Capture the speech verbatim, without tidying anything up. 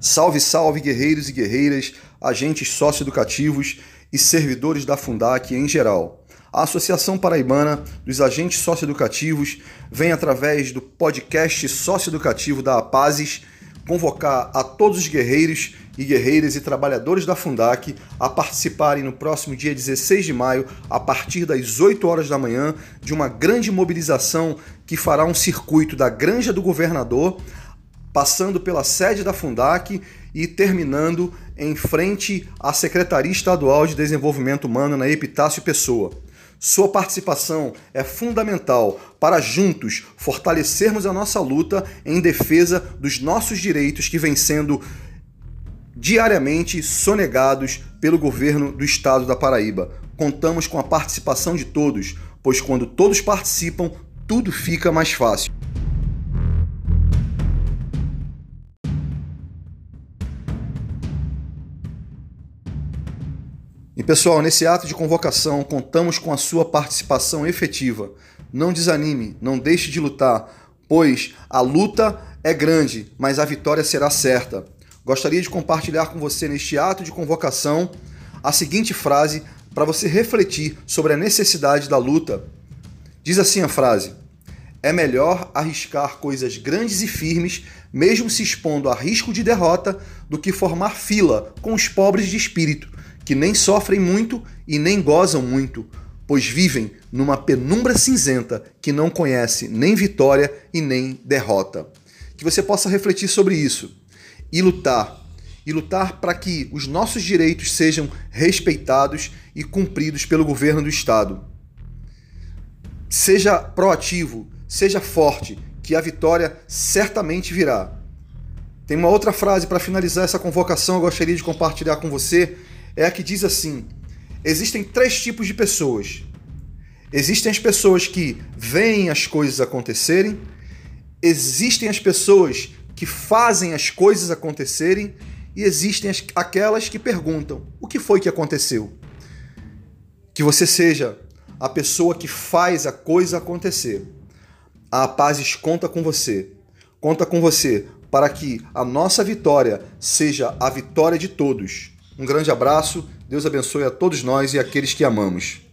Salve, salve, guerreiros e guerreiras, agentes socioeducativos e servidores da Fundac em geral. A Associação Paraibana dos Agentes Socioeducativos vem, através do podcast socioeducativo da APASES, convocar a todos os guerreiros e guerreiras e trabalhadores da Fundac a participarem no próximo dia dezesseis de maio, a partir das oito horas da manhã, de uma grande mobilização que fará um circuito da Granja do Governador, passando pela sede da Fundac e terminando em frente à Secretaria Estadual de Desenvolvimento Humano na Epitácio Pessoa. Sua participação é fundamental para juntos fortalecermos a nossa luta em defesa dos nossos direitos que vêm sendo diariamente sonegados pelo governo do estado da Paraíba. Contamos com a participação de todos, pois quando todos participam, tudo fica mais fácil. E pessoal, nesse ato de convocação, contamos com a sua participação efetiva. Não desanime, não deixe de lutar, pois a luta é grande, mas a vitória será certa. Gostaria de compartilhar com você neste ato de convocação a seguinte frase para você refletir sobre a necessidade da luta. Diz assim a frase: é melhor arriscar coisas grandes e firmes, mesmo se expondo a risco de derrota, do que formar fila com os pobres de espírito, que nem sofrem muito e nem gozam muito, pois vivem numa penumbra cinzenta que não conhece nem vitória e nem derrota. Que você possa refletir sobre isso e lutar, e lutar para que os nossos direitos sejam respeitados e cumpridos pelo governo do estado. Seja proativo, seja forte, que a vitória certamente virá. Tem uma outra frase para finalizar essa convocação, eu gostaria de compartilhar com você. É a que diz assim: existem três tipos de pessoas. Existem as pessoas que veem as coisas acontecerem, existem as pessoas que fazem as coisas acontecerem e existem as, aquelas que perguntam: o que foi que aconteceu? Que você seja a pessoa que faz a coisa acontecer. A APASES conta com você. Conta com você para que a nossa vitória seja a vitória de todos. Um grande abraço, Deus abençoe a todos nós e aqueles que amamos.